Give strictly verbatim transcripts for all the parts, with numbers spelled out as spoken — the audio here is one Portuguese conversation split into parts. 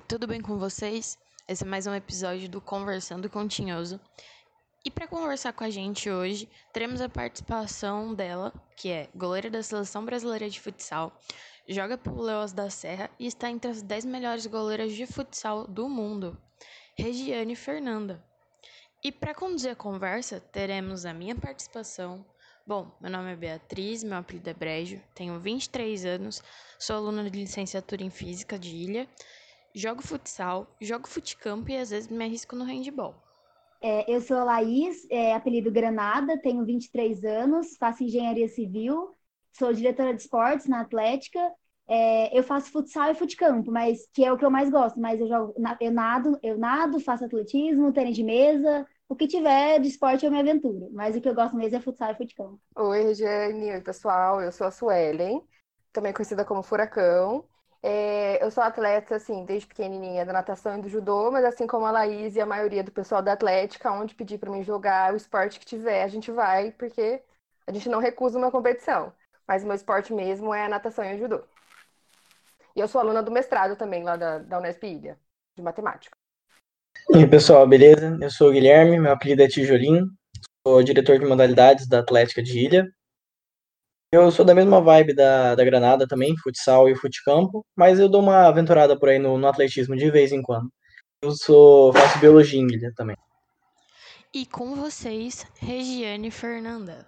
tudo bem com vocês? Esse é mais um episódio do Conversando com Tinhoso. E para conversar com a gente hoje, teremos a participação dela, que é goleira da Seleção Brasileira de Futsal, joga pelo Leoas da Serra e está entre as dez melhores goleiras de futsal do mundo, Regiane Fernanda. E para conduzir a conversa, teremos a minha participação. Bom, meu nome é Beatriz, meu apelido é Brejo, tenho vinte e três anos, sou aluna de licenciatura em Física de Ilha, jogo futsal, jogo futecampo e às vezes me arrisco no handball. É, eu sou a Laís, é, apelido Granada, tenho vinte e três anos, faço engenharia civil, sou diretora de esportes na Atlética. É, eu faço futsal e futecampo, mas que é o que eu mais gosto. Mas eu jogo, eu nado, eu nado, faço atletismo, tênis de mesa, o que tiver de esporte eu me aventuro. Mas o que eu gosto mesmo é futsal e futecampo. Oi, Regiane. Oi, pessoal. Eu sou a Suelen, também conhecida como Furacão. É, eu sou atleta, assim, desde pequenininha da natação e do judô, mas assim como a Laís e a maioria do pessoal da Atlética, onde pedir para mim jogar o esporte que tiver, a gente vai, porque a gente não recusa uma competição. Mas o meu esporte mesmo é a natação e o judô. E eu sou aluna do mestrado também, lá da, da Unesp Ilha, de matemática. E aí, pessoal, beleza? Eu sou o Guilherme, meu apelido é Tijolinho, sou diretor de modalidades da Atlética de Ilha. Eu sou da mesma vibe da, da Granada também, futsal e futecampo, mas eu dou uma aventurada por aí no, no atletismo de vez em quando. Eu sou, faço biologia em Ilha também. E com vocês, Regiane Fernanda.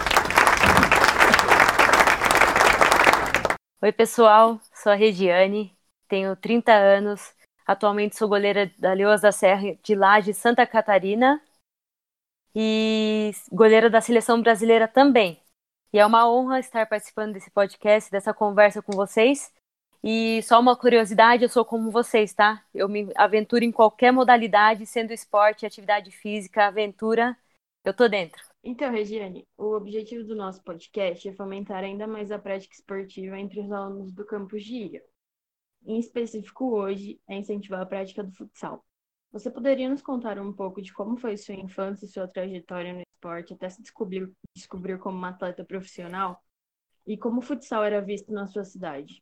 Oi, pessoal, sou a Regiane, tenho trinta anos, atualmente sou goleira da Leoas da Serra de Lages, Santa Catarina, e goleira da Seleção Brasileira também. E é uma honra estar participando desse podcast, dessa conversa com vocês. E só uma curiosidade, eu sou como vocês, tá? Eu me aventuro em qualquer modalidade, sendo esporte, atividade física, aventura, eu tô dentro. Então, Regiane, o objetivo do nosso podcast é fomentar ainda mais a prática esportiva entre os alunos do campus de Ilha. Em específico, hoje, é incentivar a prática do futsal. Você poderia nos contar um pouco de como foi sua infância e sua trajetória no esporte até se descobrir, descobrir como uma atleta profissional? E como o futsal era visto na sua cidade?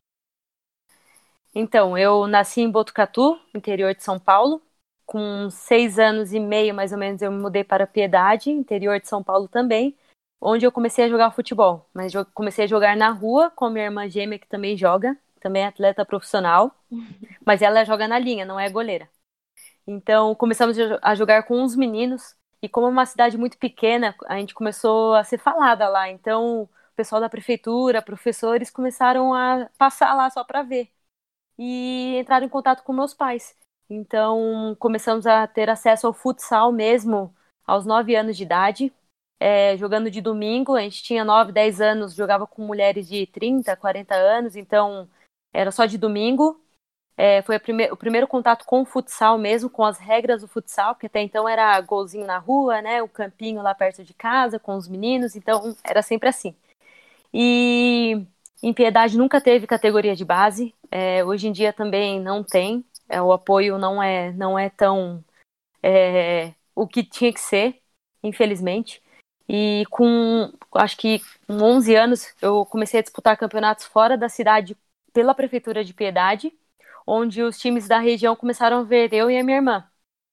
Então, eu nasci em Botucatu, interior de São Paulo. Com seis anos e meio, mais ou menos, eu me mudei para Piedade, interior de São Paulo também, onde eu comecei a jogar futebol. Mas eu comecei a jogar na rua com a minha irmã gêmea, que também joga, também é atleta profissional, mas ela joga na linha, não é goleira. Então, começamos a jogar com uns meninos, e como é uma cidade muito pequena, a gente começou a ser falada lá. Então, o pessoal da prefeitura, professores, começaram a passar lá só para ver. E entraram em contato com meus pais. Então, começamos a ter acesso ao futsal mesmo aos nove anos de idade, é, jogando de domingo. A gente tinha nove, dez anos, jogava com mulheres de trinta, quarenta anos, então era só de domingo. É, foi a prime- o primeiro contato com o futsal mesmo, com as regras do futsal, porque até então era golzinho na rua, né, o campinho lá perto de casa com os meninos, então era sempre assim. E em Piedade nunca teve categoria de base, é, hoje em dia também não tem, é, o apoio não é, não é tão é, o que tinha que ser, infelizmente. E com, acho que com onze anos, eu comecei a disputar campeonatos fora da cidade pela Prefeitura de Piedade, onde os times da região começaram a ver eu e a minha irmã.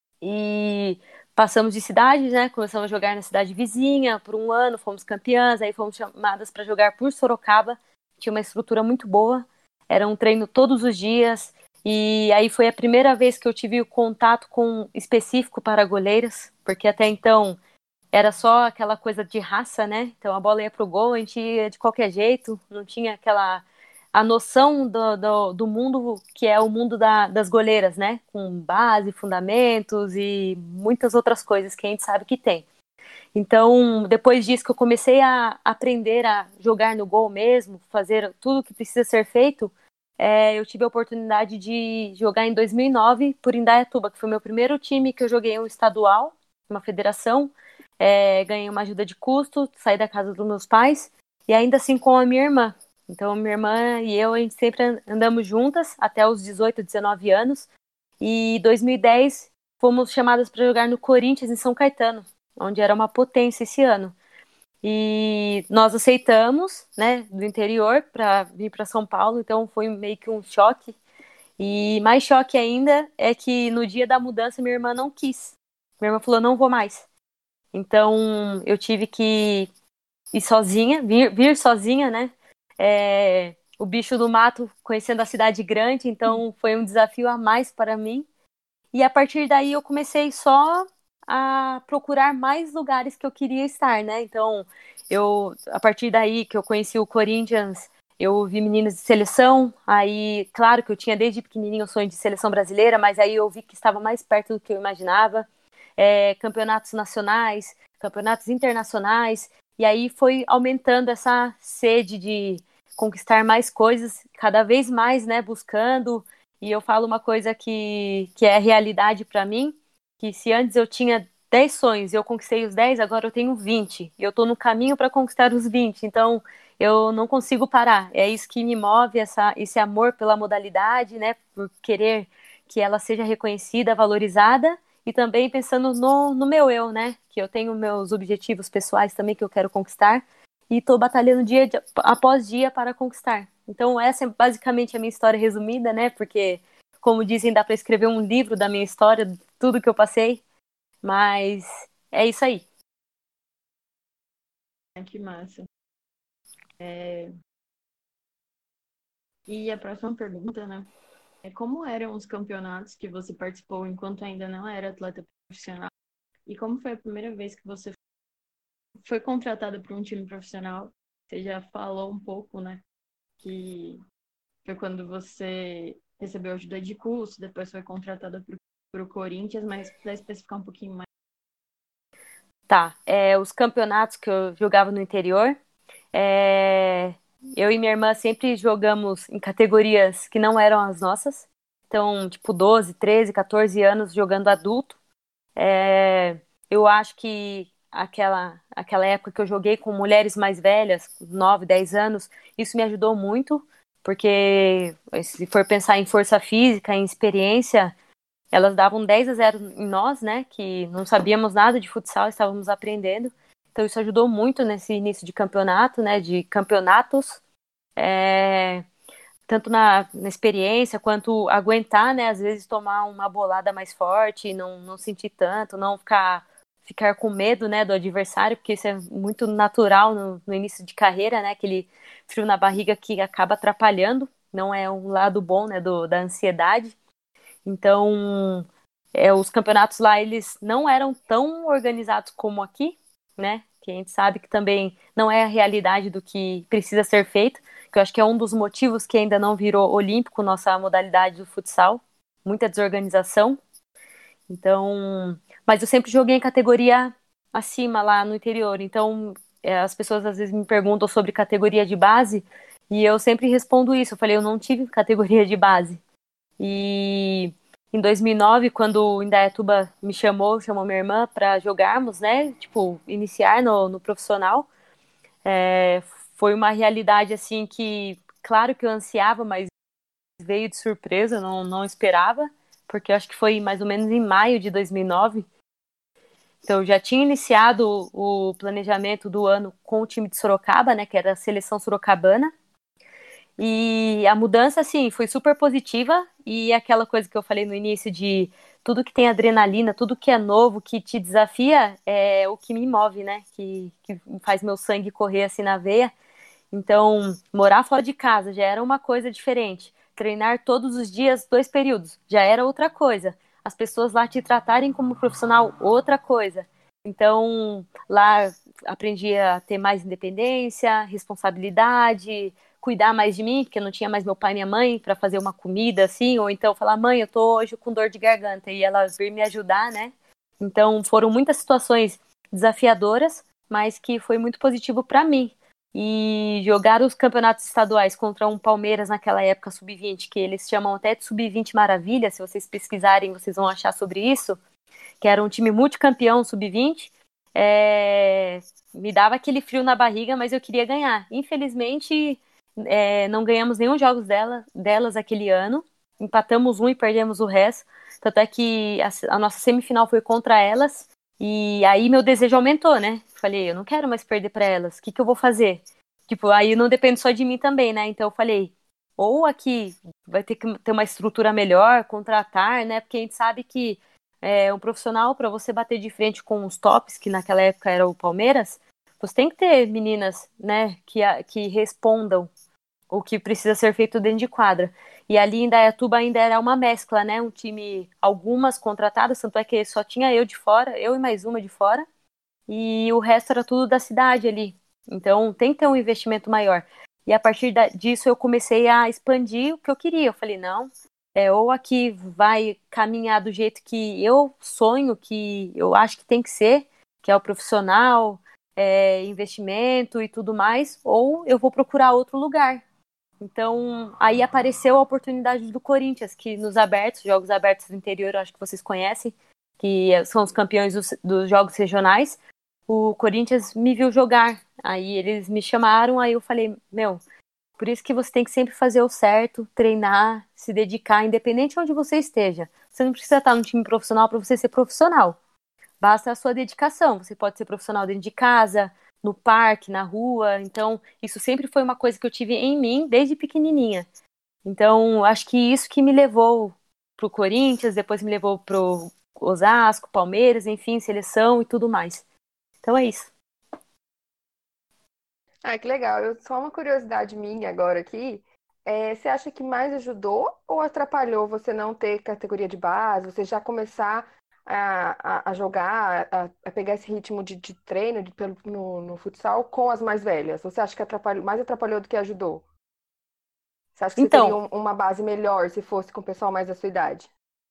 E passamos de cidades, né? Começamos a jogar na cidade vizinha por um ano, fomos campeãs, aí fomos chamadas para jogar por Sorocaba, tinha uma estrutura muito boa, era um treino todos os dias, e aí foi a primeira vez que eu tive o contato com específico para goleiras, porque até então era só aquela coisa de raça, né? Então a bola ia pro gol, a gente ia de qualquer jeito, não tinha aquela a noção do, do, do mundo que é o mundo da, das goleiras, né? Com base, fundamentos e muitas outras coisas que a gente sabe que tem. Então, depois disso que eu comecei a aprender a jogar no gol mesmo, fazer tudo o que precisa ser feito, é, eu tive a oportunidade de jogar em dois mil e nove por Indaiatuba, que foi meu primeiro time que eu joguei um estadual, uma federação, é, ganhei uma ajuda de custo, saí da casa dos meus pais, e ainda assim com a minha irmã. Então, minha irmã e eu, a gente sempre andamos juntas até os dezoito, dezenove anos. E em dois mil e dez, fomos chamadas para jogar no Corinthians, em São Caetano, onde era uma potência esse ano. E nós aceitamos, né, do interior para vir para São Paulo. Então, foi meio que um choque. E mais choque ainda é que no dia da mudança minha irmã não quis. Minha irmã falou, não vou mais. Então eu tive que ir sozinha, vir, vir sozinha, né? É, o bicho do mato, conhecendo a cidade grande, então foi um desafio a mais para mim. E a partir daí eu comecei só a procurar mais lugares que eu queria estar, né? Então, eu, a partir daí que eu conheci o Corinthians, eu vi meninas de seleção, aí, claro que eu tinha desde pequenininho o sonho de seleção brasileira, mas aí eu vi que estava mais perto do que eu imaginava. É, campeonatos nacionais, campeonatos internacionais, e aí foi aumentando essa sede de conquistar mais coisas, cada vez mais, né, buscando. E eu falo uma coisa que, que é realidade para mim, que se antes eu tinha dez sonhos e eu conquistei os dez, agora eu tenho vinte. E eu estou no caminho para conquistar os vinte. Então, eu não consigo parar. É isso que me move, essa, esse amor pela modalidade, né? Por querer que ela seja reconhecida, valorizada. E também pensando no, no meu eu, né? Que eu tenho meus objetivos pessoais também que eu quero conquistar. E estou batalhando dia de, após dia para conquistar. Então, essa é basicamente a minha história resumida, né? Porque, como dizem, dá para escrever um livro da minha história, tudo que eu passei. Mas é isso aí. Que massa. É... E a próxima pergunta, né? É como eram os campeonatos que você participou enquanto ainda não era atleta profissional? E como foi a primeira vez que você foi contratada para um time profissional? Você já falou um pouco, né? Que foi quando você recebeu ajuda de custo, depois foi contratada para o Corinthians, mas para especificar um pouquinho mais. Tá, é, os campeonatos que eu jogava no interior, é, eu e minha irmã sempre jogamos em categorias que não eram as nossas. Então, tipo, doze, treze, quatorze anos jogando adulto. É, eu acho que aquela, aquela época que eu joguei com mulheres mais velhas, nove, dez anos, isso me ajudou muito, porque se for pensar em força física, em experiência, elas davam dez a zero em nós, né, que não sabíamos nada de futsal, estávamos aprendendo. Então isso ajudou muito nesse início de campeonato, né, de campeonatos, é, tanto na, na experiência quanto aguentar, né, às vezes tomar uma bolada mais forte, não, não sentir tanto, não ficar, ficar com medo, né, do adversário, porque isso é muito natural no, no início de carreira, né, aquele frio na barriga que acaba atrapalhando, não é um lado bom, né, do, da ansiedade. Então, é, os campeonatos lá, eles não eram tão organizados como aqui, né? Que a gente sabe que também não é a realidade do que precisa ser feito, que eu acho que é um dos motivos que ainda não virou olímpico nossa modalidade do futsal, muita desorganização. Então, mas eu sempre joguei em categoria acima lá no interior, então é, as pessoas às vezes me perguntam sobre categoria de base e eu sempre respondo isso, eu falei, eu não tive categoria de base. E em dois mil e nove, quando o Indaiatuba me chamou, chamou minha irmã para jogarmos, né? Tipo, iniciar no, no profissional. É, foi uma realidade, assim, que, claro que eu ansiava, mas veio de surpresa, não, não esperava, porque eu acho que foi mais ou menos em maio de dois mil e nove. Então, eu já tinha iniciado o planejamento do ano com o time de Sorocaba, né? Que era a seleção sorocabana. E a mudança, assim, foi super positiva e aquela coisa que eu falei no início de tudo que tem adrenalina, tudo que é novo, que te desafia, é o que me move, né? Que, que faz meu sangue correr assim na veia. Então, morar fora de casa já era uma coisa diferente. Treinar todos os dias, dois períodos, já era outra coisa. As pessoas lá te tratarem como profissional, outra coisa. Então, lá aprendi a ter mais independência, responsabilidade, cuidar mais de mim, porque eu não tinha mais meu pai e minha mãe para fazer uma comida assim, ou então falar, mãe, eu tô hoje com dor de garganta, e ela vir me ajudar, né? Então, foram muitas situações desafiadoras, mas que foi muito positivo para mim. E jogar os campeonatos estaduais contra um Palmeiras naquela época sub vinte, que eles chamam até de sub vinte Maravilha, se vocês pesquisarem, vocês vão achar sobre isso, que era um time multicampeão sub vinte, é... me dava aquele frio na barriga, mas eu queria ganhar. Infelizmente, é, não ganhamos nenhum jogo dela, delas aquele ano, empatamos um e perdemos o resto, tanto é que a, a nossa semifinal foi contra elas, e aí meu desejo aumentou, né? Falei, eu não quero mais perder para elas, o que, que eu vou fazer? Tipo, aí não depende só de mim também, né? Então eu falei, ou aqui vai ter que ter uma estrutura melhor, contratar, né? Porque a gente sabe que é, um profissional, para você bater de frente com os tops, que naquela época era o Palmeiras, você tem que ter meninas, né, que, que respondam o que precisa ser feito dentro de quadra. E ali em Indaiatuba ainda era uma mescla, né? Um time, algumas contratadas, tanto é que só tinha eu de fora, eu e mais uma de fora, e o resto era tudo da cidade ali. Então tem que ter um investimento maior. E a partir da, disso eu comecei a expandir o que eu queria. Eu falei, não, é, ou aqui vai caminhar do jeito que eu sonho, que eu acho que tem que ser, que é o profissional, é, investimento e tudo mais, ou eu vou procurar outro lugar. Então, aí apareceu a oportunidade do Corinthians, que nos abertos, jogos abertos do interior, eu acho que vocês conhecem, que são os campeões dos, dos jogos regionais, o Corinthians me viu jogar. Aí eles me chamaram, aí eu falei, meu, por isso que você tem que sempre fazer o certo, treinar, se dedicar, independente de onde você esteja. Você não precisa estar no time profissional para você ser profissional. Basta a sua dedicação. Você pode ser profissional dentro de casa, no parque, na rua. Então, isso sempre foi uma coisa que eu tive em mim desde pequenininha. Então, acho que isso que me levou pro Corinthians, depois me levou pro Osasco, Palmeiras, enfim, seleção e tudo mais. Então é isso. Ah, que legal. Eu, só uma curiosidade minha agora aqui. É, você acha que mais ajudou ou atrapalhou você não ter categoria de base, você já começar a, a, a jogar, a, a pegar esse ritmo de, de treino de, pelo, no, no futsal com as mais velhas? Você acha que atrapalhou, mais atrapalhou do que ajudou? Você acha que você teria Então, um- uma base melhor se fosse com o pessoal mais da sua idade?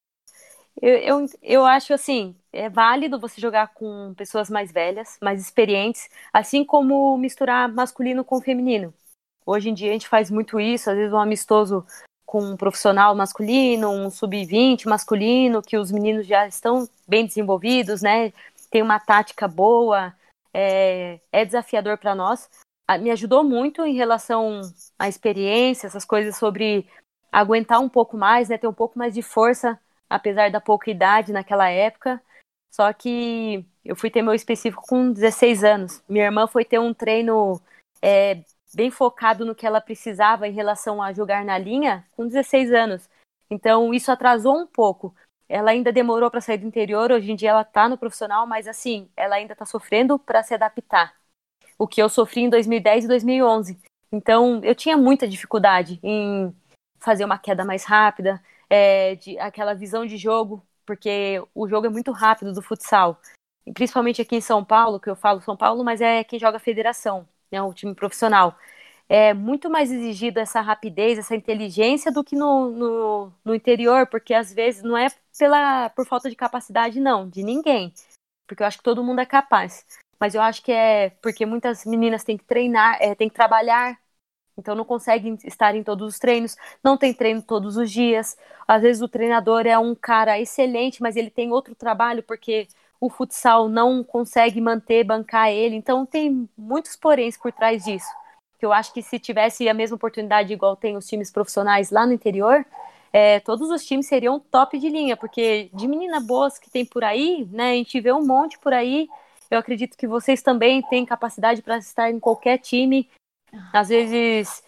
eu, eu, eu acho assim, é válido você jogar com pessoas mais velhas, mais experientes, assim como misturar masculino com feminino. Hoje em dia a gente faz muito isso, às vezes um amistoso com um profissional masculino, um sub vinte masculino, que os meninos já estão bem desenvolvidos, né? Tem uma tática boa, é, é desafiador para nós. Ah, me ajudou muito em relação à experiência, essas coisas sobre aguentar um pouco mais, né? Ter um pouco mais de força, apesar da pouca idade naquela época. Só que eu fui ter meu específico com dezesseis anos. Minha irmã foi ter um treino é, bem focado no que ela precisava em relação a jogar na linha com dezesseis anos. Então, isso atrasou um pouco. Ela ainda demorou para sair do interior, hoje em dia ela está no profissional, mas assim, ela ainda está sofrendo para se adaptar. O que eu sofri em dois mil e dez e dois mil e onze. Então, eu tinha muita dificuldade em fazer uma queda mais rápida, é, de, aquela visão de jogo, porque o jogo é muito rápido do futsal. E principalmente aqui em São Paulo, que eu falo São Paulo, mas é quem joga a federação, né, o time profissional. É muito mais exigido essa rapidez, essa inteligência do que no, no, no interior, porque às vezes não é pela, por falta de capacidade, não, de ninguém. Porque eu acho que todo mundo é capaz. Mas eu acho que é porque muitas meninas têm que treinar, é, têm que trabalhar, então não conseguem estar em todos os treinos, não tem treino todos os dias. Às vezes o treinador é um cara excelente, mas ele tem outro trabalho porque o futsal não consegue manter, bancar ele. Então tem muitos poréns por trás disso. Que eu acho que se tivesse a mesma oportunidade igual tem os times profissionais lá no interior, é, todos os times seriam top de linha, porque de menina boas que tem por aí, né, a gente vê um monte por aí. Eu acredito que vocês também têm capacidade para estar em qualquer time. Às vezes,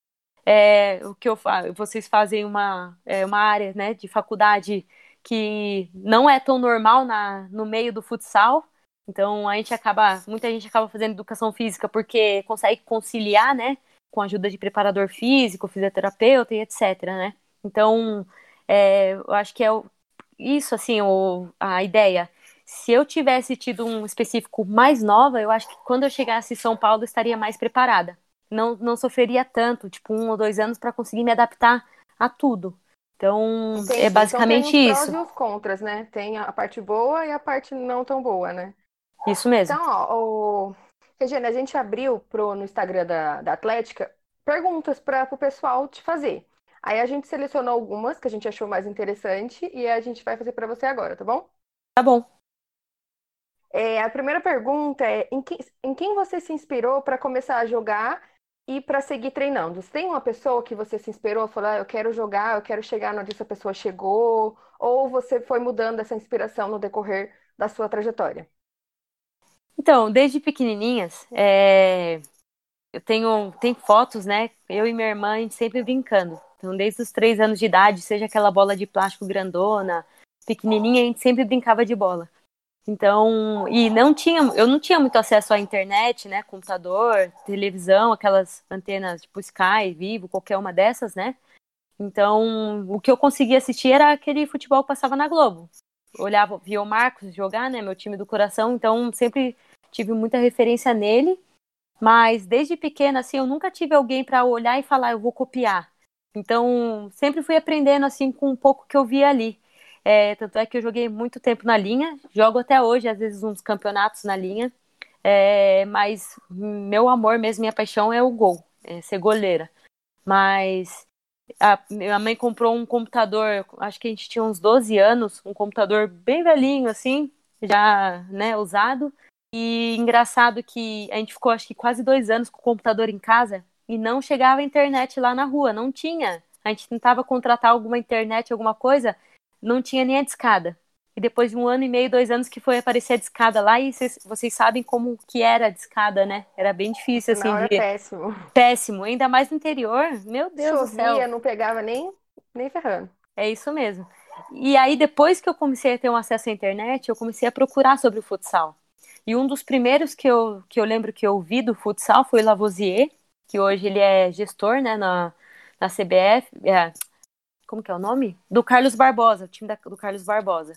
é, o que eu falo, vocês fazem uma, é, uma área, né, de faculdade que não é tão normal na, no meio do futsal. Então, a gente acaba, muita gente acaba fazendo educação física porque consegue conciliar, né, com a ajuda de preparador físico, fisioterapeuta e etc, né? Então, é, eu acho que é o, isso, assim, o, a ideia. Se eu tivesse tido um específico mais nova, eu acho que quando eu chegasse em São Paulo, eu estaria mais preparada. Não, não sofreria tanto, tipo, um ou dois anos para conseguir me adaptar a tudo. Então, é Entendi. Então tem basicamente os prós isso. e os contras, né? Tem a parte boa e a parte não tão boa, né? Isso mesmo. Então, ó, o... Regina, a gente abriu pro, no Instagram da, da Atlética perguntas para o pessoal te fazer. Aí a gente selecionou algumas que a gente achou mais interessante e a gente vai fazer para você agora, tá bom? Tá bom. É, a primeira pergunta é: em, que, em quem você se inspirou para começar a jogar e para seguir treinando? Você tem uma pessoa que você se inspirou, falou, ah, eu quero jogar, eu quero chegar onde essa pessoa chegou? Ou você foi mudando essa inspiração no decorrer da sua trajetória? Então, desde pequenininhas, é, eu tenho tem fotos, né? Eu e minha irmã, a gente sempre brincando. Então, desde os três anos de idade, seja aquela bola de plástico grandona, pequenininha, a gente sempre brincava de bola. Então, e não tinha, eu não tinha muito acesso à internet, né? Computador, televisão, aquelas antenas tipo Sky, Vivo, qualquer uma dessas, né? Então, o que eu conseguia assistir era aquele futebol que passava na Globo. Olhava, via o Marcos jogar, né? Meu time do coração, então sempre tive muita referência nele. Mas desde pequena, assim, eu nunca tive alguém para olhar e falar, eu vou copiar. Então, sempre fui aprendendo, assim, com um pouco que eu via ali. É, tanto é que eu joguei muito tempo na linha, jogo até hoje, às vezes, uns campeonatos na linha. É, mas meu amor mesmo, minha paixão é o gol, é ser goleira. Mas a minha mãe comprou um computador, acho que a gente tinha uns doze anos, um computador bem velhinho, assim, já, né, usado. E engraçado que a gente ficou, acho que quase dois anos com o computador em casa e não chegava a internet lá na rua, não tinha. A gente tentava contratar alguma internet, alguma coisa, não tinha nem a discada. E depois de um ano e meio, dois anos que foi aparecer a discada lá, e vocês, vocês sabem como que era a discada, né? Era bem difícil, Na assim, hora é de... péssimo. Péssimo, ainda mais no interior. Meu Deus do céu. Chovia, não pegava nem, nem ferrando. É isso mesmo. E aí, depois que eu comecei a ter um acesso à internet, eu comecei a procurar sobre o futsal. E um dos primeiros que eu, que eu lembro que eu vi do futsal foi o Lavoisier, que hoje ele é gestor, né, na, na C B F. É, como que é o nome? Do Carlos Barbosa, o time da, do Carlos Barbosa.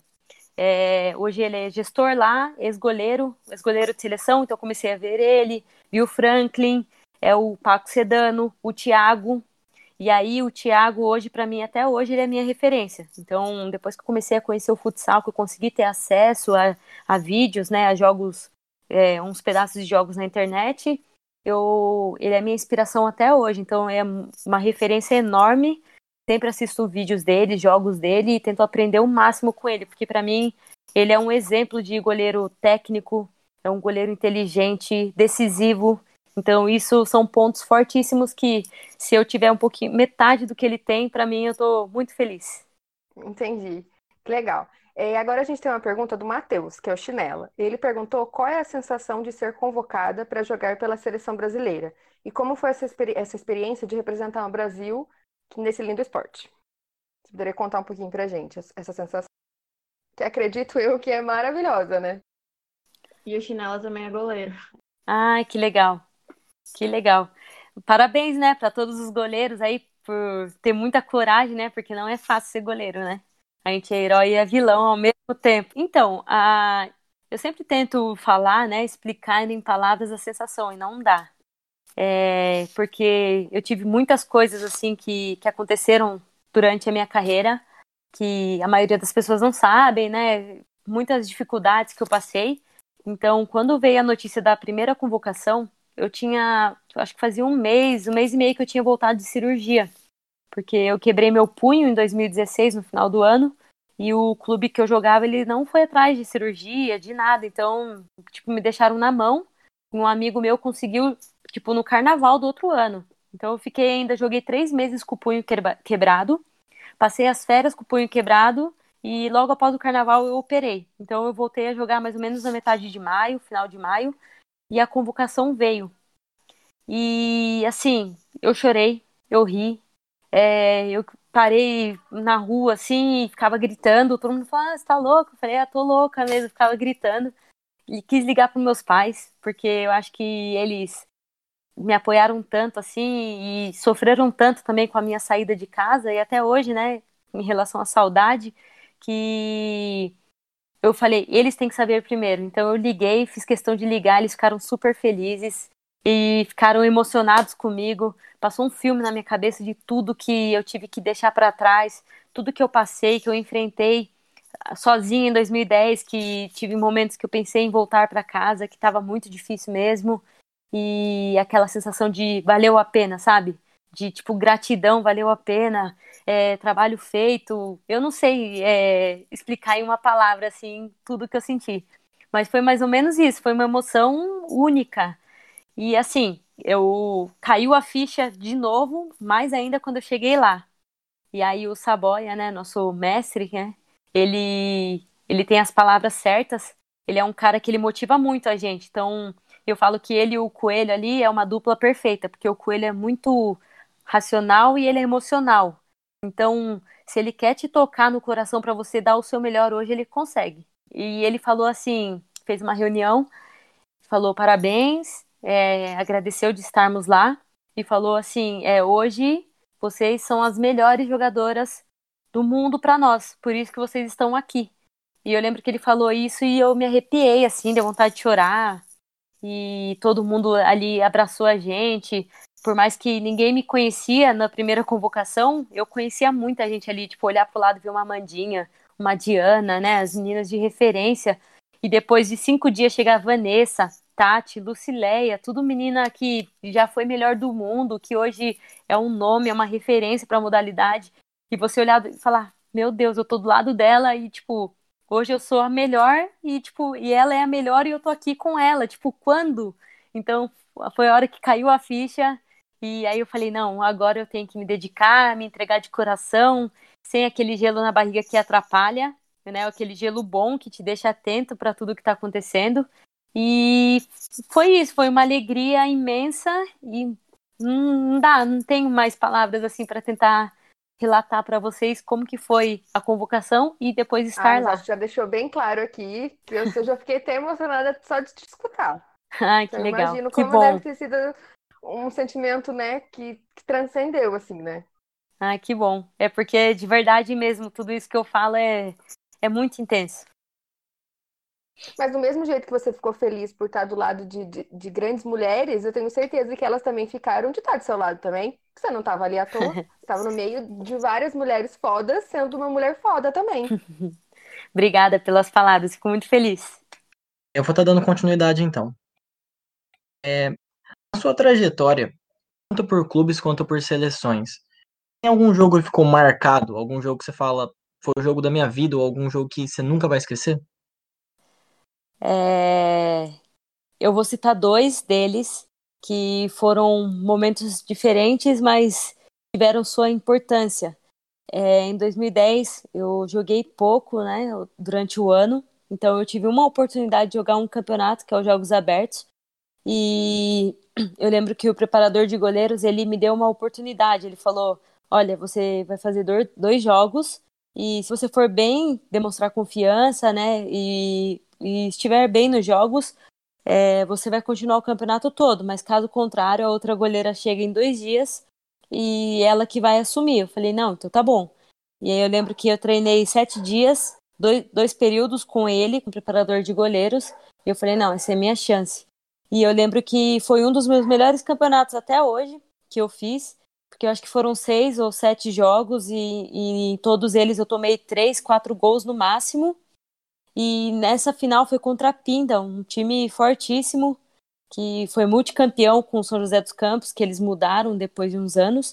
É, hoje ele é gestor lá, ex-goleiro, ex-goleiro de seleção, então eu comecei a ver ele, vi o Franklin, é o Paco Sedano, o Thiago. E aí o Thiago hoje, para mim, até hoje, ele é minha referência. Então, depois que eu comecei a conhecer o futsal, que eu consegui ter acesso a, a vídeos, né, a jogos, é, uns pedaços de jogos na internet, eu, ele é minha inspiração até hoje. Então, é uma referência enorme. Sempre assisto vídeos dele, jogos dele e tento aprender o máximo com ele, porque para mim ele é um exemplo de goleiro técnico, é um goleiro inteligente, decisivo. Então, isso são pontos fortíssimos que, se eu tiver um pouquinho, metade do que ele tem, para mim, eu tô muito feliz. Entendi. Que legal. É, agora a gente tem uma pergunta do Matheus, que é o Chinela. Ele perguntou qual é a sensação de ser convocada para jogar pela seleção brasileira e como foi essa, experi essa experiência de representar o Brasil nesse lindo esporte. Você poderia contar um pouquinho pra gente essa sensação? Que acredito eu que é maravilhosa, né? E o Chinela também é goleiro. Ai, que legal. Que legal. Parabéns, né, para todos os goleiros aí por ter muita coragem, né? Porque não é fácil ser goleiro, né? A gente é herói e é vilão ao mesmo tempo. Então, a... eu sempre tento falar, né, explicar em palavras a sensação e não dá. É... Porque eu tive muitas coisas assim que, que aconteceram durante a minha carreira que a maioria das pessoas não sabem, né? Muitas dificuldades que eu passei. Então, quando veio a notícia da primeira convocação, eu tinha, acho que fazia um mês, um mês e meio que eu tinha voltado de cirurgia, porque eu quebrei meu punho em dois mil e dezesseis, no final do ano, e o clube que eu jogava, ele não foi atrás de cirurgia, de nada, então, tipo, me deixaram na mão, e um amigo meu conseguiu, tipo, no carnaval do outro ano. Então, eu fiquei ainda, joguei três meses com o punho quebrado, passei as férias com o punho quebrado, e logo após o carnaval eu operei. Então, eu voltei a jogar mais ou menos na metade de maio, final de maio, e a convocação veio. E, assim, eu chorei, eu ri, é, eu parei na rua, assim, e ficava gritando, todo mundo falava, ah, você tá louca? Eu falei, ah, tô louca mesmo, ficava gritando. E quis ligar para meus pais, porque eu acho que eles me apoiaram tanto, assim, e sofreram tanto também com a minha saída de casa, e até hoje, né, em relação à saudade, que eu falei, eles têm que saber primeiro. Então eu liguei, fiz questão de ligar, eles ficaram super felizes e ficaram emocionados comigo. Passou um filme na minha cabeça de tudo que eu tive que deixar para trás, tudo que eu passei, que eu enfrentei sozinha em dois mil e dez, que tive momentos que eu pensei em voltar para casa, que estava muito difícil mesmo, e aquela sensação de valeu a pena, sabe? De, tipo, gratidão, valeu a pena, é, trabalho feito. Eu não sei é, explicar em uma palavra, assim, tudo que eu senti. Mas foi mais ou menos isso, foi uma emoção única. E, assim, eu caiu a ficha de novo, mais ainda quando eu cheguei lá. E aí o Saboia, né, nosso mestre, né, ele, ele tem as palavras certas, ele é um cara que ele motiva muito a gente. Então, Eu falo que ele e o Coelho ali é uma dupla perfeita, porque o Coelho é muito racional e ele é emocional. Então, se ele quer te tocar no coração para você dar o seu melhor hoje, ele consegue. E ele falou assim, fez uma reunião, falou parabéns, é, agradeceu de estarmos lá e falou assim, é, hoje vocês são as melhores jogadoras do mundo para nós, por isso que vocês estão aqui. E eu lembro que ele falou isso e eu me arrepiei, assim, deu vontade de chorar. E todo mundo ali abraçou a gente. Por mais que ninguém me conhecia na primeira convocação, eu conhecia muita gente ali, tipo, olhar pro lado e ver uma Amandinha, uma Diana, né, as meninas de referência. E depois de cinco dias chegar a Vanessa, Tati, Lucileia, tudo menina que já foi melhor do mundo, que hoje é um nome, é uma referência para a modalidade. E você olhar e falar, meu Deus, eu tô do lado dela e, tipo, hoje eu sou a melhor e, tipo, e ela é a melhor e eu tô aqui com ela. Tipo, quando? Então, foi a hora que caiu a ficha e aí eu falei, não, agora eu tenho que me dedicar, me entregar de coração, sem aquele gelo na barriga que atrapalha, né? Aquele gelo bom que te deixa atento para tudo que tá acontecendo. E foi isso, foi uma alegria imensa e não dá, não tenho mais palavras assim para tentar relatar para vocês como que foi a convocação e depois Ah, estar mas lá. acho que já deixou bem claro aqui que eu, eu já fiquei até emocionada só de te escutar. Ai, que Então, eu legal. imagino Que como deve bom. ter sido um sentimento, né, que, que transcendeu, assim, né? Ai, que bom. É porque de verdade mesmo, tudo isso que eu falo é, é muito intenso. Mas do mesmo jeito que você ficou feliz por estar do lado de, de, de grandes mulheres, eu tenho certeza que elas também ficaram de estar do seu lado também. Você não estava ali à toa, estava no meio de várias mulheres fodas, sendo uma mulher foda também. Obrigada pelas palavras, fico muito feliz. Eu vou estar dando continuidade então. É, na sua trajetória, tanto por clubes quanto por seleções, tem algum jogo que ficou marcado? Algum jogo que você fala, foi o jogo da minha vida, ou algum jogo que você nunca vai esquecer? É, Eu vou citar dois deles que foram momentos diferentes, mas tiveram sua importância. É, em dois mil e dez, eu joguei pouco, né, durante o ano, então eu tive uma oportunidade de jogar um campeonato, que é os Jogos Abertos, e eu lembro que o preparador de goleiros, ele me deu uma oportunidade, ele falou, olha, você vai fazer dois jogos, e se você for bem, demonstrar confiança, né, e, e estiver bem nos jogos, é, você vai continuar o campeonato todo, mas caso contrário, a outra goleira chega em dois dias e ela que vai assumir. Eu falei, não, então tá bom. E aí eu lembro que eu treinei sete dias, dois, dois períodos com ele, com o preparador de goleiros, e eu falei, não, essa é a minha chance. E eu lembro que foi um dos meus melhores campeonatos até hoje que eu fiz, porque eu acho que foram seis ou sete jogos e, e em todos eles eu tomei três, quatro gols no máximo. E nessa final foi contra a Pinda, um time fortíssimo, que foi multicampeão com o São José dos Campos, que eles mudaram depois de uns anos.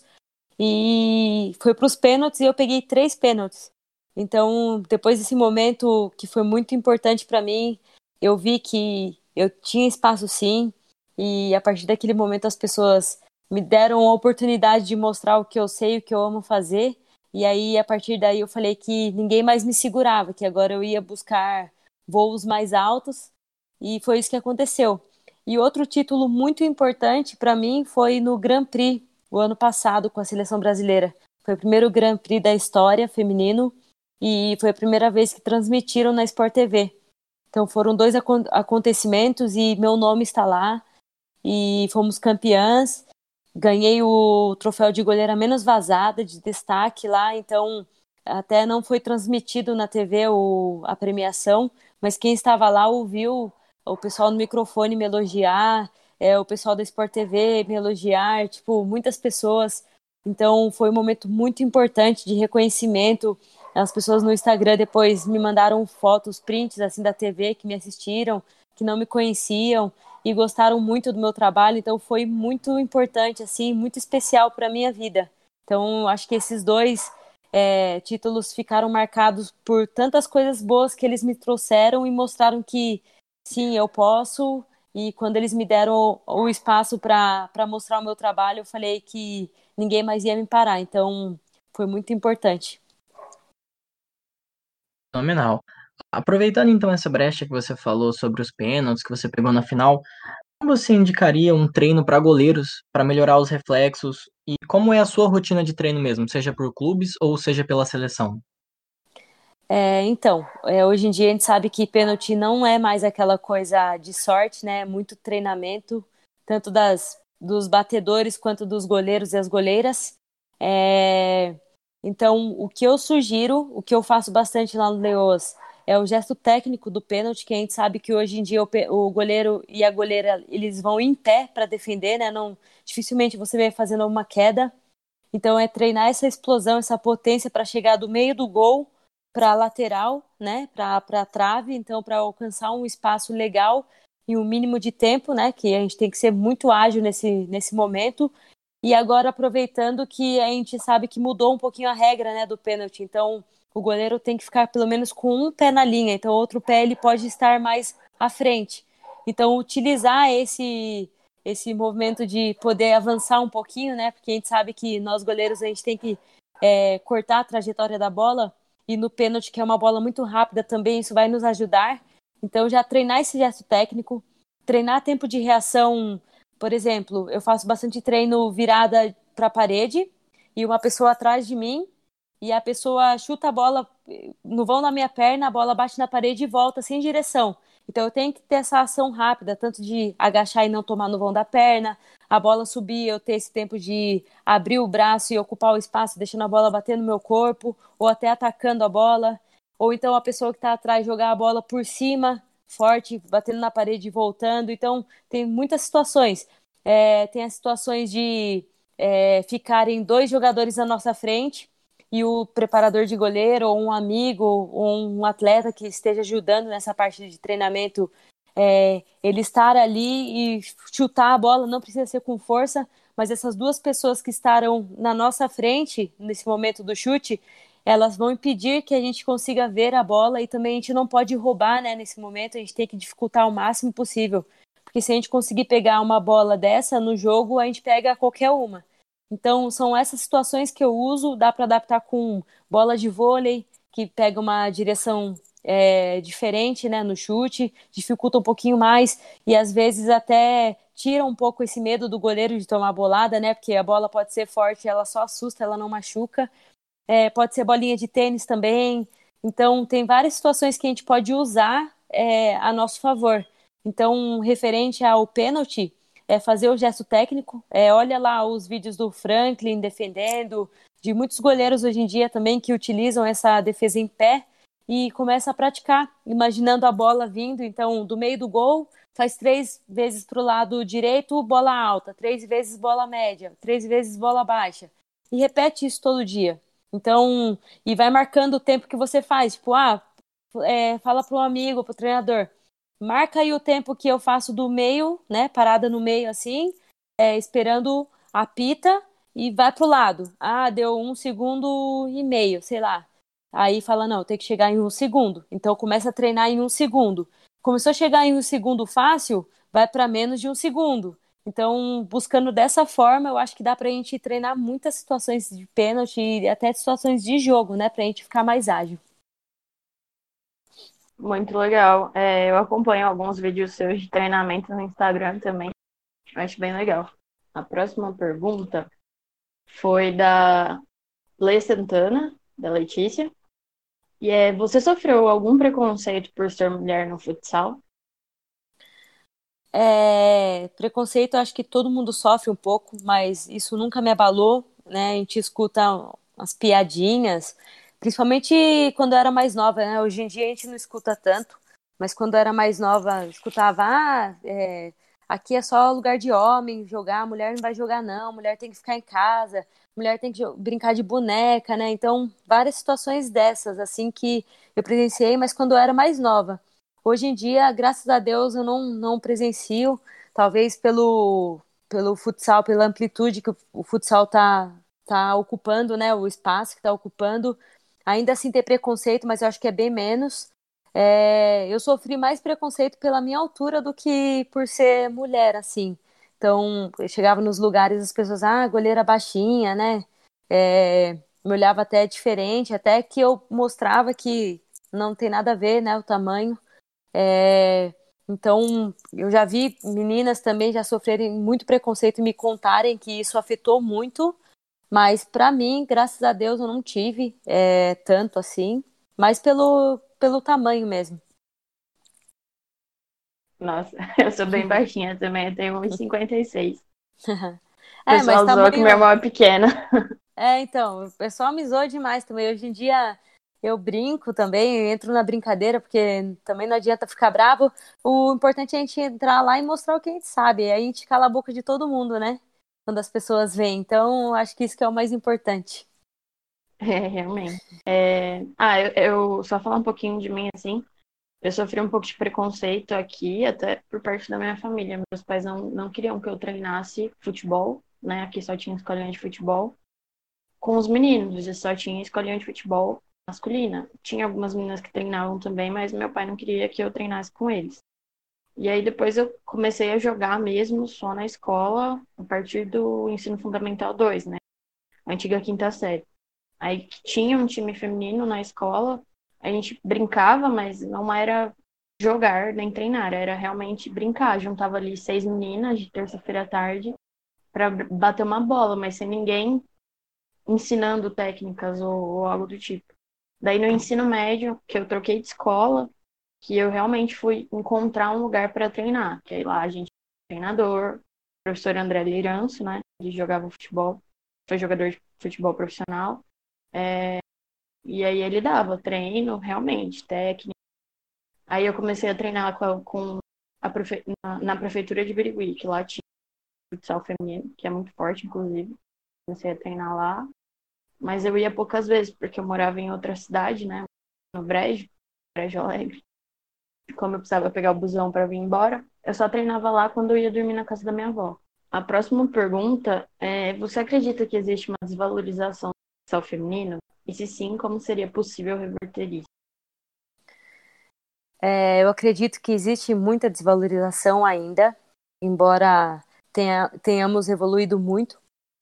E foi para os pênaltis e eu peguei três pênaltis. Então, depois desse momento que foi muito importante para mim, eu vi que eu tinha espaço sim. E a partir daquele momento as pessoas me deram a oportunidade de mostrar o que eu sei, o que eu amo fazer. E aí, a partir daí, eu falei que ninguém mais me segurava, que agora eu ia buscar voos mais altos, e foi isso que aconteceu. E outro título muito importante para mim foi no Grand Prix, o ano passado, com a seleção brasileira. Foi o primeiro Grand Prix da história feminino, e foi a primeira vez que transmitiram na Sport T V. Então foram dois acon- acontecimentos e meu nome está lá, e fomos campeãs. Ganhei o troféu de goleira menos vazada, de destaque lá, então até não foi transmitido na T V o, a premiação, mas quem estava lá ouviu o pessoal no microfone me elogiar, é, o pessoal da Sport T V me elogiar, tipo, muitas pessoas. Então foi um momento muito importante de reconhecimento. As pessoas no Instagram depois me mandaram fotos, prints assim da T V que me assistiram, que não me conheciam e gostaram muito do meu trabalho, então foi muito importante, assim, muito especial para a minha vida. Então, acho que esses dois é, títulos ficaram marcados por tantas coisas boas que eles me trouxeram e mostraram que, sim, eu posso. E quando eles me deram o, o espaço para mostrar o meu trabalho, eu falei que ninguém mais ia me parar. Então, foi muito importante. Fenomenal. Aproveitando então essa brecha que você falou sobre os pênaltis que você pegou na final, Como você indicaria um treino para goleiros para melhorar os reflexos? E como é a sua rotina de treino mesmo, seja por clubes ou seja pela seleção? É, então, é, hoje em dia a gente sabe que pênalti não é mais aquela coisa de sorte, né? É muito treinamento, tanto das, dos batedores quanto dos goleiros e as goleiras. É, então, o que eu sugiro, o que eu faço bastante lá no Leoas, é o gesto técnico do pênalti, que a gente sabe que hoje em dia o, pe- o goleiro e a goleira, eles vão em pé para defender, né? Não, dificilmente você vê fazendo uma queda. Então, é treinar essa explosão, essa potência para chegar do meio do gol para a lateral, né, para a trave, então para alcançar um espaço legal e um mínimo de tempo, né, que a gente tem que ser muito ágil nesse, nesse momento. E agora aproveitando que a gente sabe que mudou um pouquinho a regra, né, do pênalti, então o goleiro tem que ficar pelo menos com um pé na linha, então o outro pé ele pode estar mais à frente. Então utilizar esse esse movimento de poder avançar um pouquinho, né, porque a gente sabe que nós goleiros a gente tem que é, cortar a trajetória da bola, e no pênalti, que é uma bola muito rápida também, isso vai nos ajudar. Então, já treinar esse gesto técnico, treinar tempo de reação. Por exemplo, eu faço bastante treino virada para a parede e uma pessoa atrás de mim, e a pessoa chuta a bola no vão da minha perna, a bola bate na parede e volta sem direção. Então eu tenho que ter essa ação rápida, tanto de agachar e não tomar no vão da perna, a bola subir, eu ter esse tempo de abrir o braço e ocupar o espaço, deixando a bola bater no meu corpo, ou até atacando a bola, ou então a pessoa que está atrás jogar a bola por cima, forte, batendo na parede e voltando. Então tem muitas situações. É, tem as situações de é, ficarem dois jogadores na nossa frente e o preparador de goleiro, ou um amigo, ou um atleta que esteja ajudando nessa parte de treinamento, é, ele estar ali e chutar a bola, não precisa ser com força, mas essas duas pessoas que estarão na nossa frente, nesse momento do chute, elas vão impedir que a gente consiga ver a bola, e também a gente não pode roubar, né, nesse momento, a gente tem que dificultar o máximo possível, porque se a gente conseguir pegar uma bola dessa no jogo, a gente pega qualquer uma. Então, são essas situações que eu uso, dá para adaptar com bola de vôlei, que pega uma direção é, diferente, né, no chute, dificulta um pouquinho mais, e às vezes até tira um pouco esse medo do goleiro de tomar bolada, né, porque a bola pode ser forte, ela só assusta, ela não machuca. É, pode ser bolinha de tênis também. Então, tem várias situações que a gente pode usar é, a nosso favor. Então, referente ao pênalti, é fazer o gesto técnico. É, olha lá os vídeos do Franklin defendendo, de muitos goleiros hoje em dia também que utilizam essa defesa em pé, e começa a praticar, imaginando a bola vindo. Então, do meio do gol, faz três vezes para o lado direito, bola alta, três vezes bola média, três vezes bola baixa. E repete isso todo dia. Então, e vai marcando o tempo que você faz. Tipo, ah, é, fala para um amigo, para o treinador, marca aí o tempo que eu faço do meio, né, parada no meio assim, é, esperando a pita, e vai pro lado. Ah, deu um segundo e meio, sei lá. Aí fala, não, tem que chegar em um segundo. Então começa a treinar em um segundo. Começou a chegar em um segundo fácil, vai para menos de um segundo. Então, buscando dessa forma, eu acho que dá pra gente treinar muitas situações de pênalti e até situações de jogo, né, pra gente ficar mais ágil. Muito legal. É, eu acompanho alguns vídeos seus de treinamento no Instagram também. Eu acho bem legal. A próxima pergunta foi da Lê Santana, da Letícia. E é, você sofreu algum preconceito por ser mulher no futsal? É, preconceito, eu acho que todo mundo sofre um pouco, mas isso nunca me abalou, né? A gente escuta as piadinhas, principalmente quando eu era mais nova, né? Hoje em dia a gente não escuta tanto, mas quando eu era mais nova, eu escutava, ah, é, aqui é só lugar de homem jogar, mulher não vai jogar não, mulher tem que ficar em casa, mulher tem que jo- brincar de boneca, né? Então, várias situações dessas, assim, que eu presenciei, mas quando eu era mais nova. Hoje em dia, graças a Deus, eu não, não presencio, talvez pelo, pelo futsal, pela amplitude que o, o futsal está tá ocupando, né, o espaço que está ocupando. Ainda assim ter preconceito, mas eu acho que é bem menos. É, eu sofri mais preconceito pela minha altura do que por ser mulher, assim. Então, eu chegava nos lugares, as pessoas, ah, goleira baixinha, né? É, me olhava até diferente, até que eu mostrava que não tem nada a ver, né, o tamanho. É, Então, eu já vi meninas também já sofrerem muito preconceito e me contarem que isso afetou muito, mas para mim, graças a Deus, eu não tive é, tanto assim, mas pelo, pelo tamanho mesmo. Nossa, eu sou bem baixinha também, eu tenho um e cinquenta e seis. O É, mas pessoal zoa que meu tamanho... irmão é pequena. É, então, o pessoal me zoa demais também. Hoje em dia eu brinco também, eu entro na brincadeira, porque também não adianta ficar bravo. O importante é a gente entrar lá e mostrar o que a gente sabe. Aí a gente cala a boca de todo mundo, né? Quando as pessoas veem. Então, acho que isso que é o mais importante. É, realmente. É... Ah, eu, eu só falar um pouquinho de mim, assim. Eu sofri um pouco de preconceito aqui, até por parte da minha família. Meus pais não, não queriam que eu treinasse futebol, né? Aqui só tinha escolinha de futebol com os meninos, e só tinha escolinha de futebol masculina. Tinha algumas meninas que treinavam também, mas meu pai não queria que eu treinasse com eles. E aí depois eu comecei a jogar mesmo só na escola, a partir do ensino fundamental dois, né? A antiga quinta série. Aí tinha um time feminino na escola, a gente brincava, mas não era jogar nem treinar, era realmente brincar. Juntava ali seis meninas de terça-feira à tarde para bater uma bola, mas sem ninguém ensinando técnicas ou, ou algo do tipo. Daí no ensino médio, que eu troquei de escola, que eu realmente fui encontrar um lugar para treinar, que aí lá a gente tinha treinador, professor André Liranço, né, ele jogava futebol, foi jogador de futebol profissional, é, e aí ele dava treino, realmente, técnica. Aí eu comecei a treinar com, com a prefe... na, na prefeitura de Birigui, que lá tinha futsal feminino, que é muito forte, inclusive. Comecei a treinar lá, mas eu ia poucas vezes, porque eu morava em outra cidade, né, no Brejo, Brejo Alegre. Como eu precisava pegar o busão para vir embora, eu só treinava lá quando eu ia dormir na casa da minha avó. A próxima pergunta é: você acredita que existe uma desvalorização do futsal feminino? E se sim, como seria possível reverter isso? É, eu acredito que existe muita desvalorização ainda, embora tenha, tenhamos evoluído muito,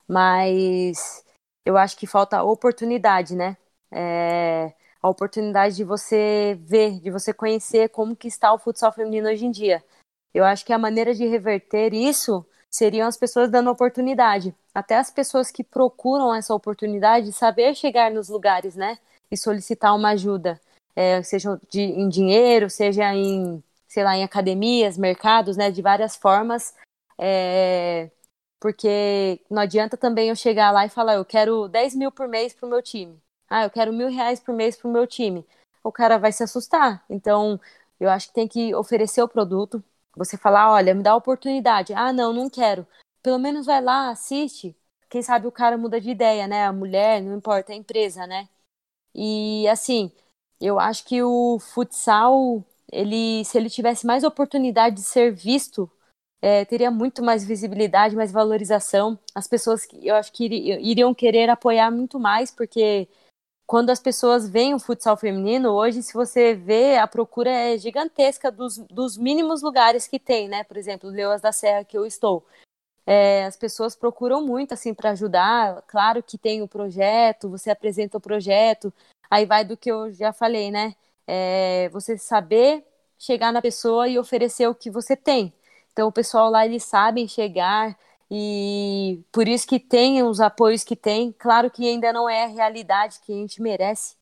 mas eu acho que falta oportunidade, né? É, a oportunidade de você ver, de você conhecer como que está o futsal feminino hoje em dia. Eu acho que a maneira de reverter isso seriam as pessoas dando oportunidade. Até as pessoas que procuram essa oportunidade, saber chegar nos lugares, né? E solicitar uma ajuda. É, seja de, em dinheiro, seja em, sei lá, em academias, mercados, né? De várias formas. É, porque não adianta também eu chegar lá e falar, eu quero dez mil por mês pro meu time. Ah, eu quero mil reais por mês pro meu time. O cara vai se assustar. Então, eu acho que tem que oferecer o produto. Você falar, olha, me dá a oportunidade. Ah, não, não quero. Pelo menos vai lá, assiste. Quem sabe o cara muda de ideia, né? A mulher, não importa, a empresa, né? E, assim, eu acho que o futsal, ele, se ele tivesse mais oportunidade de ser visto, é, teria muito mais visibilidade, mais valorização. As pessoas, eu acho que iri- iriam querer apoiar muito mais, porque quando as pessoas veem o futsal feminino, hoje, se você vê, a procura é gigantesca dos, dos mínimos lugares que tem, né? Por exemplo, Leoas da Serra, que eu estou. É, as pessoas procuram muito, assim, para ajudar. Claro que tem o projeto, você apresenta o projeto, aí vai do que eu já falei, né? É, você saber chegar na pessoa e oferecer o que você tem. Então, o pessoal lá, eles sabem chegar e por isso que tem os apoios que tem. Claro que ainda não é a realidade que a gente merece,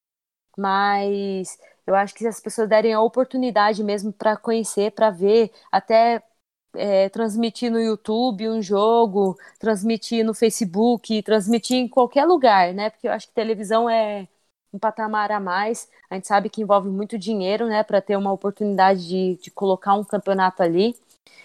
mas eu acho que se as pessoas derem a oportunidade mesmo para conhecer, para ver, até é, transmitir no YouTube um jogo, transmitir no Facebook, transmitir em qualquer lugar, né? Porque eu acho que televisão é um patamar a mais. A gente sabe que envolve muito dinheiro, né, para ter uma oportunidade de, de colocar um campeonato ali.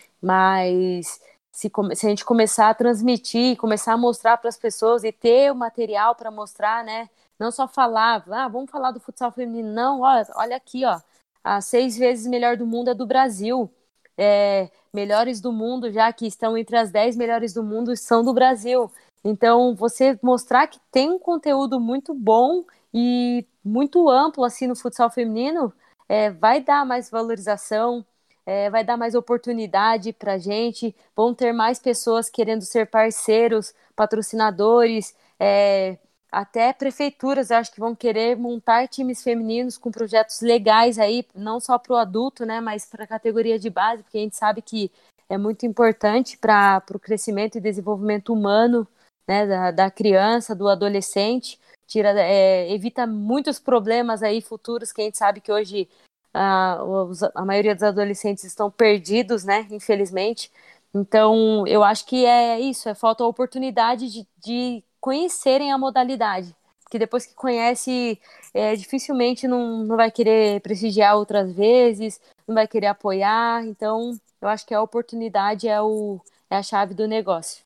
Mas se, se a gente começar a transmitir, começar a mostrar para as pessoas e ter o material para mostrar, né? Não só falar, ah, vamos falar do futsal feminino, não, olha, olha aqui, ó, a seis vezes melhor do mundo é do Brasil. É, melhores do mundo, já que estão entre as dez melhores do mundo, são do Brasil. Então, você mostrar que tem um conteúdo muito bom e muito amplo assim no futsal feminino, é, vai dar mais valorização, é, vai dar mais oportunidade para a gente, vão ter mais pessoas querendo ser parceiros, patrocinadores, é, até prefeituras, eu acho que vão querer montar times femininos com projetos legais aí, não só para o adulto, né, mas para a categoria de base, porque a gente sabe que é muito importante para o crescimento e desenvolvimento humano, né, da, da criança, do adolescente, tira, é, evita muitos problemas aí futuros que a gente sabe que hoje a, os, a maioria dos adolescentes estão perdidos, né, infelizmente. Então, eu acho que é isso, é falta a oportunidade de, de conhecerem a modalidade, porque depois que conhece, é, dificilmente não, não vai querer prestigiar outras vezes, não vai querer apoiar, então eu acho que a oportunidade é, o, é a chave do negócio.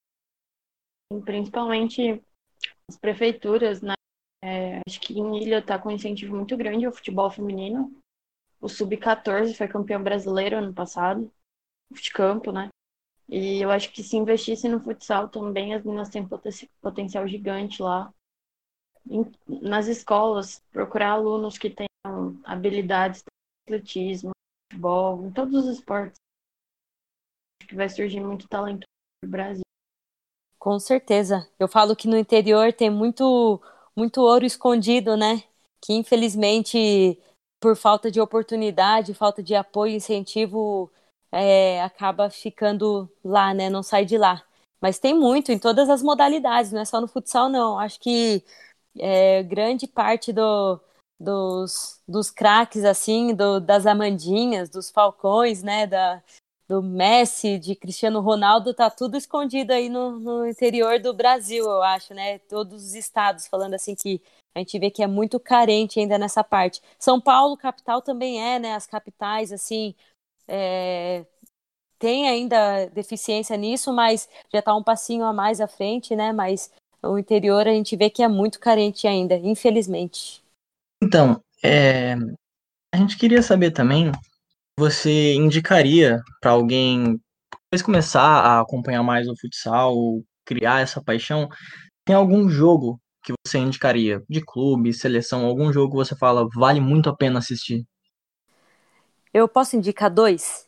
Principalmente as prefeituras, né? É, acho que em Ilha está com um incentivo muito grande ao futebol feminino. O sub quatorze foi campeão brasileiro ano passado, futecampo, né? E eu acho que se investisse no futsal também, as meninas têm poten- potencial gigante lá. Em- nas escolas, procurar alunos que tenham habilidades de atletismo, futebol, em todos os esportes. Acho que vai surgir muito talento no Brasil. Com certeza. Eu falo que no interior tem muito, muito ouro escondido, né? Que infelizmente, por falta de oportunidade, falta de apoio, incentivo, é, acaba ficando lá, né? Não sai de lá. Mas tem muito em todas as modalidades, não é só no futsal, não. Acho que é, grande parte do, dos, dos craques, assim, do, das Amandinhas, dos Falcões, né? Da, do Messi, de Cristiano Ronaldo, tá tudo escondido aí no, no interior do Brasil, eu acho, né? Todos os estados falando assim que a gente vê que é muito carente ainda nessa parte. São Paulo, capital, também é, né? As capitais, assim, é, tem ainda deficiência nisso, mas já tá um passinho a mais à frente, né? Mas o interior a gente vê que é muito carente ainda, infelizmente. Então, é, a gente queria saber também, você indicaria para alguém depois começar a acompanhar mais o futsal, ou criar essa paixão, tem algum jogo que você indicaria? De clube, seleção, algum jogo que você fala vale muito a pena assistir? Eu posso indicar dois?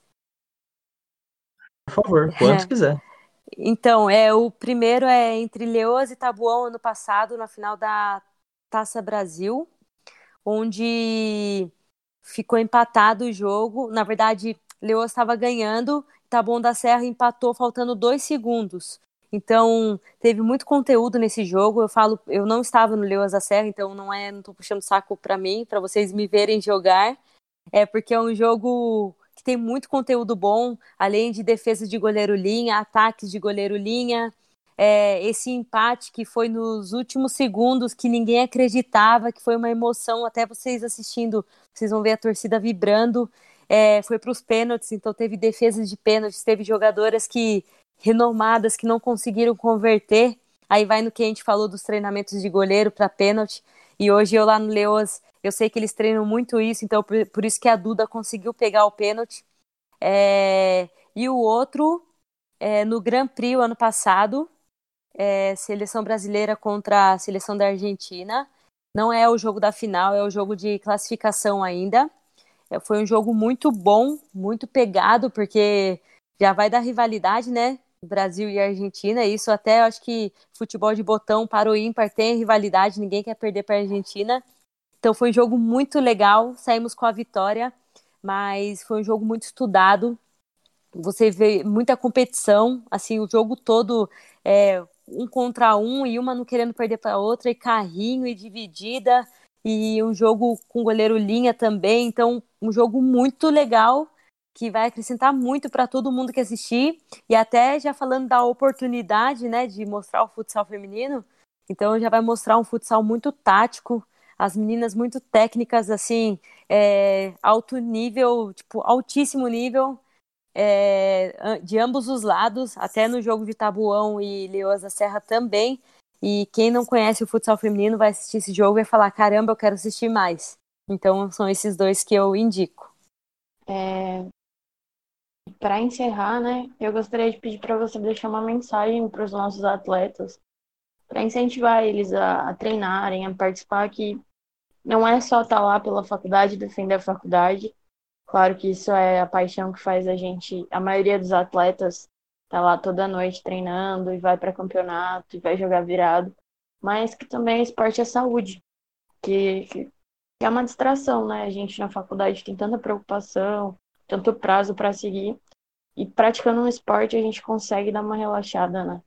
Por favor, quantos quiser. Então, é, o primeiro é entre Leoas e Tabuão ano passado, na final da Taça Brasil, onde ficou empatado o jogo. Na verdade, Leoas estava ganhando, Taboão da Serra empatou faltando dois segundos. Então, teve muito conteúdo nesse jogo. Eu falo, eu não estava no Leoas da Serra, então não é, não estou puxando saco para mim, para vocês me verem jogar. É porque é um jogo que tem muito conteúdo bom, além de defesa de goleiro linha, ataques de goleiro linha. É, esse empate que foi nos últimos segundos, que ninguém acreditava, que foi uma emoção, até vocês assistindo, vocês vão ver a torcida vibrando. É, foi para os pênaltis, então teve defesas de pênaltis, teve jogadoras que renomadas que não conseguiram converter. Aí vai no que a gente falou dos treinamentos de goleiro para pênalti. E hoje eu lá no Leoas, eu sei que eles treinam muito isso, então por, por isso que a Duda conseguiu pegar o pênalti. É, e o outro, é, no Grand Prix, o ano passado, é, seleção brasileira contra a seleção da Argentina. Não é o jogo da final, é o jogo de classificação ainda. É, foi um jogo muito bom, muito pegado, porque já vai dar rivalidade, né? Brasil e Argentina. Isso até eu acho que futebol de botão para o ímpar tem rivalidade, ninguém quer perder para a Argentina. Então foi um jogo muito legal, saímos com a vitória, mas foi um jogo muito estudado. Você vê muita competição, assim, o jogo todo é um contra um e uma não querendo perder para a outra, e carrinho e dividida, e um jogo com goleiro linha também. Então, um jogo muito legal que vai acrescentar muito para todo mundo que assistir. E até já falando da oportunidade, né, de mostrar o futsal feminino, então já vai mostrar um futsal muito tático, as meninas muito técnicas, assim, é, alto nível, tipo, altíssimo nível, é, de ambos os lados, até no jogo de Tabuão e Leoas da Serra também. E quem não conhece o futsal feminino vai assistir esse jogo e vai falar, caramba, eu quero assistir mais. Então são esses dois que eu indico. É, para encerrar, né, eu gostaria de pedir para você deixar uma mensagem para os nossos atletas, para incentivar eles a, a treinarem, a participar, que não é só estar lá pela faculdade, defender a faculdade. Claro que isso é a paixão que faz a gente, a maioria dos atletas tá lá toda noite treinando e vai para campeonato e vai jogar virado. mas que também o esporte é saúde, que, que é uma distração, né? A gente na faculdade tem tanta preocupação, tanto prazo para seguir, e praticando um esporte a gente consegue dar uma relaxada, né?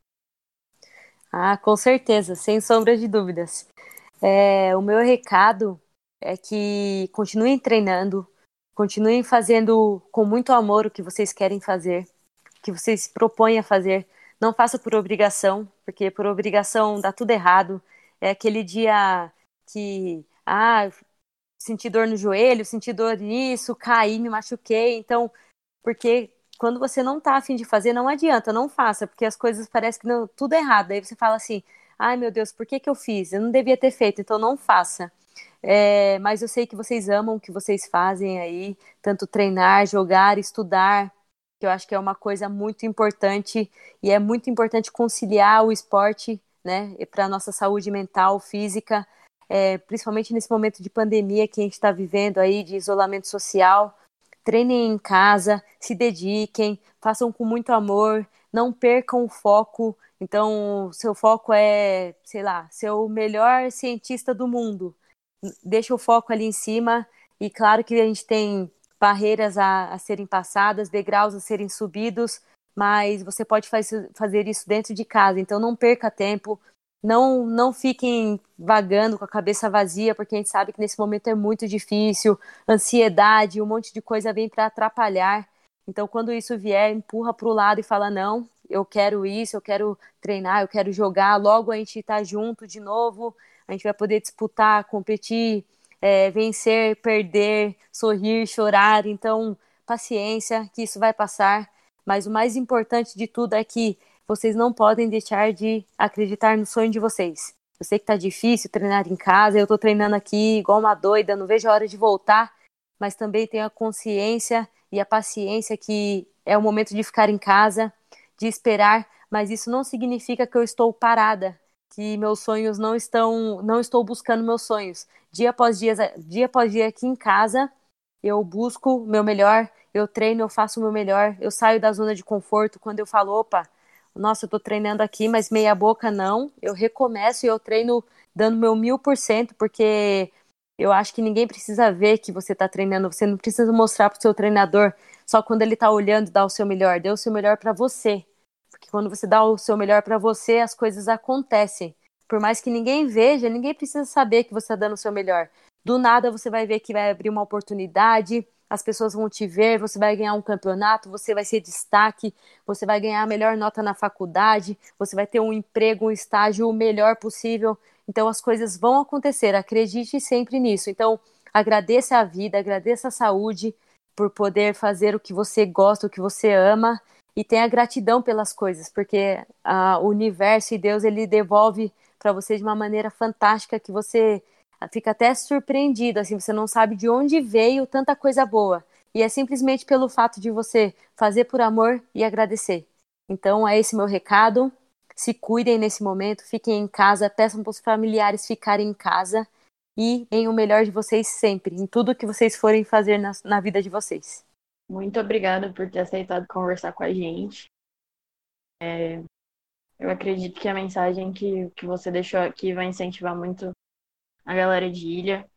Ah, com certeza, sem sombra de dúvidas. É, o meu recado é que continuem treinando, continuem fazendo com muito amor o que vocês querem fazer, o que vocês se propõem a fazer. Não faça por obrigação, porque por obrigação dá tudo errado. É aquele dia que, ah, senti dor no joelho, senti dor nisso, caí, me machuquei. Então, porque quando você não tá a fim de fazer, não adianta, não faça, porque as coisas parecem que não, tudo é errado. Aí você fala assim, ai meu Deus, por que que eu fiz? Eu não devia ter feito, então não faça. É, mas eu sei que vocês amam o que vocês fazem aí, tanto treinar, jogar, estudar, que eu acho que é uma coisa muito importante, e é muito importante conciliar o esporte, né, para a nossa saúde mental, física, é, principalmente nesse momento de pandemia que a gente está vivendo aí, de isolamento social. Treinem em casa, se dediquem, façam com muito amor, não percam o foco. Então, seu foco é, sei lá, ser o melhor cientista do mundo. Deixa o foco ali em cima, e claro que a gente tem barreiras a, a serem passadas, degraus a serem subidos, mas você pode faz, fazer isso dentro de casa. Então, não perca tempo, não, não fiquem vagando com a cabeça vazia, porque a gente sabe que nesse momento é muito difícil, ansiedade, um monte de coisa vem para atrapalhar. Então, quando isso vier, empurra para o lado e fala, não, eu quero isso, eu quero treinar, eu quero jogar, logo a gente está junto de novo, a gente vai poder disputar, competir, é, vencer, perder, sorrir, chorar. Então, paciência, que isso vai passar. Mas o mais importante de tudo é que vocês não podem deixar de acreditar no sonho de vocês. Eu sei que tá difícil treinar em casa, eu tô treinando aqui igual uma doida, não vejo a hora de voltar, mas também tenho a consciência e a paciência que é o momento de ficar em casa, de esperar, mas isso não significa que eu estou parada, que meus sonhos não estão, não estou buscando meus sonhos. Dia após dia, dia após dia aqui em casa, eu busco o meu melhor, eu treino, eu faço o meu melhor, eu saio da zona de conforto. Quando eu falo, opa, nossa, eu tô treinando aqui, mas meia boca não, eu recomeço e eu treino dando meu mil por cento, porque eu acho que ninguém precisa ver que você tá treinando, você não precisa mostrar pro seu treinador só quando ele tá olhando e dá o seu melhor, dê o seu melhor para você, porque quando você dá o seu melhor para você, as coisas acontecem, por mais que ninguém veja, ninguém precisa saber que você tá dando o seu melhor, do nada você vai ver que vai abrir uma oportunidade, as pessoas vão te ver, você vai ganhar um campeonato, você vai ser destaque, você vai ganhar a melhor nota na faculdade, você vai ter um emprego, um estágio o melhor possível. Então as coisas vão acontecer, acredite sempre nisso. Então agradeça a vida, agradeça a saúde por poder fazer o que você gosta, o que você ama, e tenha gratidão pelas coisas, porque ah, o universo e Deus, ele devolve para você de uma maneira fantástica que você fica até surpreendido, assim, você não sabe de onde veio tanta coisa boa. E é simplesmente pelo fato de você fazer por amor e agradecer. Então é esse meu recado. Se cuidem nesse momento, fiquem em casa, peçam para os familiares ficarem em casa e em o melhor de vocês sempre, em tudo que vocês forem fazer na, na vida de vocês. Muito obrigada por ter aceitado conversar com a gente. É, eu acredito que a mensagem que, que você deixou aqui vai incentivar muito a galera de Ilha.